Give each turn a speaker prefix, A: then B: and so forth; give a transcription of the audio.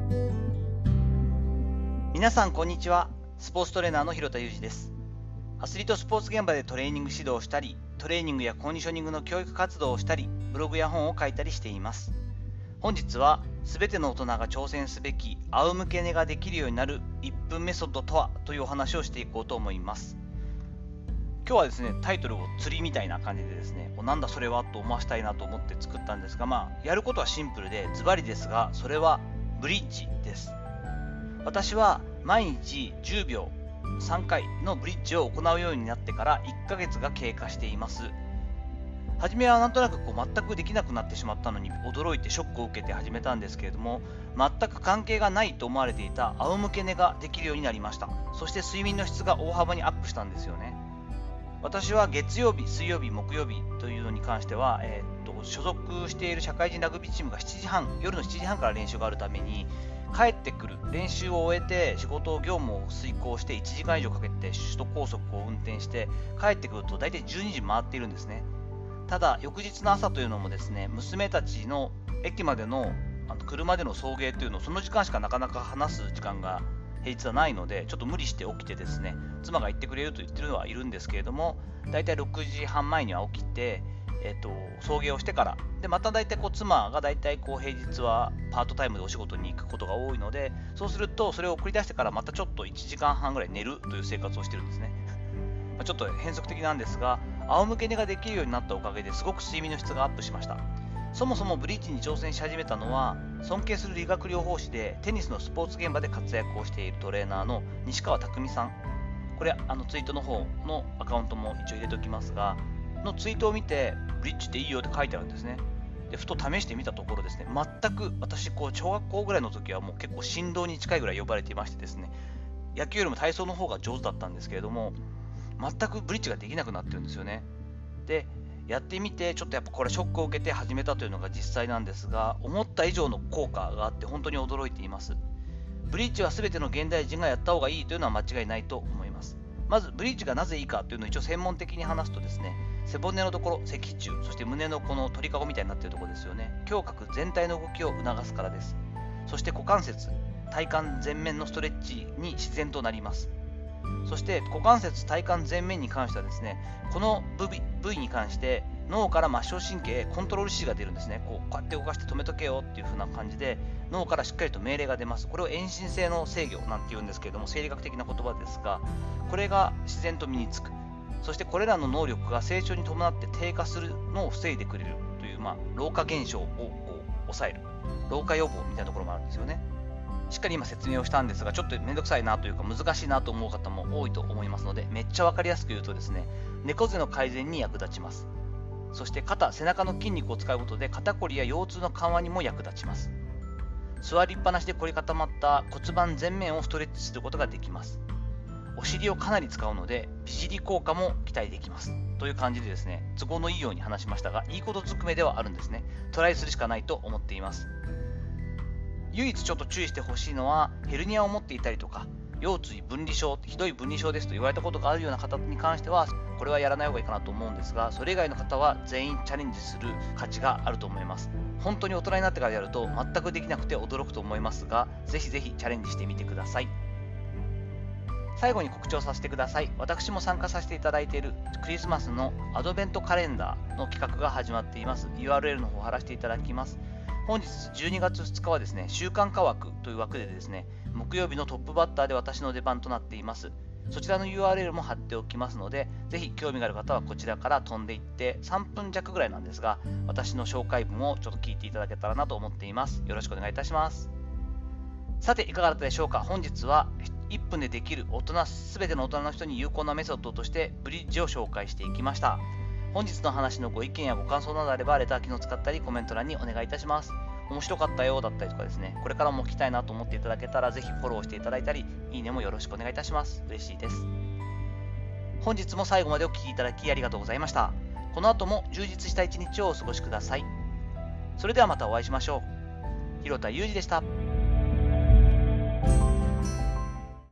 A: 皆さんこんにちは。スポーツトレーナーの広田裕二です。アスリートスポーツ現場でトレーニング指導をしたり、トレーニングやコンディショニングの教育活動をしたり、ブログや本を書いたりしています。本日は全ての大人が挑戦すべき仰向け寝ができるようになる1分メソッドとはというお話をしていこうと思います。今日はですね、タイトルを釣りみたいな感じでですね、なんだそれはと思わせたいなと思って作ったんですが、やることはシンプルでズバリですが、それはブリッジです。私は毎日10秒3回のブリッジを行うようになってから1ヶ月が経過しています。初めはなんとなく全くできなくなってしまったのに驚いてショックを受けて始めたんですけれども、全く関係がないと思われていた仰向け寝ができるようになりました。そして睡眠の質が大幅にアップしたんですよね。私は月曜日、水曜日、木曜日というのに関しては、所属している社会人ラグビーチームが夜の7時半から練習があるために、帰ってくる練習を終えて業務を遂行して1時間以上かけて首都高速を運転して帰ってくると大体12時回っているんですね。ただ翌日の朝というのもですね、娘たちの駅までの車での送迎というのをその時間しかなかなか話す時間が平日はないので、ちょっと無理して起きてですね、妻が行ってくれると言ってるのはいるんですけれども、大体6時半前には起きて、送迎をしてからで、また大体妻が大体平日はパートタイムでお仕事に行くことが多いので、そうするとそれを送り出してからまたちょっと1時間半ぐらい寝るという生活をしてるんですね。ちょっと変則的なんですが、仰向け寝ができるようになったおかげですごく睡眠の質がアップしました。そもそもブリッジに挑戦し始めたのは、尊敬する理学療法士でテニスのスポーツ現場で活躍をしているトレーナーの西川匠さん、これツイートの方のアカウントも一応入れておきますが、のツイートを見てブリッジっていいよって書いてあるんですね。でふと試してみたところですね、全く私小学校ぐらいの時はもう結構振動に近いぐらい呼ばれていましてですね、野球よりも体操の方が上手だったんですけれども、全くブリッジができなくなってるんですよね。でやってみてちょっとやっぱこれショックを受けて始めたというのが実際なんですが、思った以上の効果があって本当に驚いています。ブリッジは全ての現代人がやった方がいいというのは間違いないと思います。まずブリッジがなぜいいかというのを一応専門的に話すとですね、背骨のところ、脊柱、そして胸のこの鳥かごみたいになっているところですよね。胸郭全体の動きを促すからです。そして股関節、体幹前面のストレッチに自然となります。そして股関節、体幹前面に関してはですね、この部位に関して脳から末梢神経へコントロール指示が出るんですね。こうやって動かして止めとけよっていう風な感じで脳からしっかりと命令が出ます。これを遠心性の制御なんて言うんですけれども、生理学的な言葉ですが、これが自然と身につく。そしてこれらの能力が成長に伴って低下するのを防いでくれるという、老化現象を抑える、老化予防みたいなところもあるんですよね。しっかり今説明をしたんですが、ちょっとめんどくさいなというか難しいなと思う方も多いと思いますので、めっちゃ分かりやすく言うとですね、猫背の改善に役立ちます。そして肩、背中の筋肉を使うことで肩こりや腰痛の緩和にも役立ちます。座りっぱなしで凝り固まった骨盤前面をストレッチすることができます。お尻をかなり使うので美尻効果も期待できますという感じでですね、都合のいいように話しましたが、いいことずくめではあるんですね。トライするしかないと思っています。唯一ちょっと注意してほしいのは、ヘルニアを持っていたりとか腰椎分離症、ひどい分離症ですと言われたことがあるような方に関してはこれはやらない方がいいかなと思うんですが、それ以外の方は全員チャレンジする価値があると思います。本当に大人になってからやると全くできなくて驚くと思いますが、ぜひぜひチャレンジしてみてください。最後に告知をさせてください。私も参加させていただいているクリスマスのアドベントカレンダーの企画が始まっています。 URL の方を貼らせていただきます。本日12月2日はですね、週刊化枠という枠でですね、木曜日のトップバッターで私の出番となっています。そちらの URL も貼っておきますので、ぜひ興味がある方はこちらから飛んでいって3分弱ぐらいなんですが、私の紹介文をちょっと聞いていただけたらなと思っています。よろしくお願いいたします。さていかがだったでしょうか。本日は1分でできる全ての大人の人に有効なメソッドとしてブリッジを紹介していきました。本日の話のご意見やご感想などあればレター機能を使ったりコメント欄にお願いいたします。面白かったよだったりとかですね、これからも聞きたいなと思っていただけたらぜひフォローしていただいたり、いいねもよろしくお願いいたします。嬉しいです。本日も最後までお聞きいただきありがとうございました。この後も充実した一日をお過ごしください。それではまたお会いしましょう。広田裕二でした。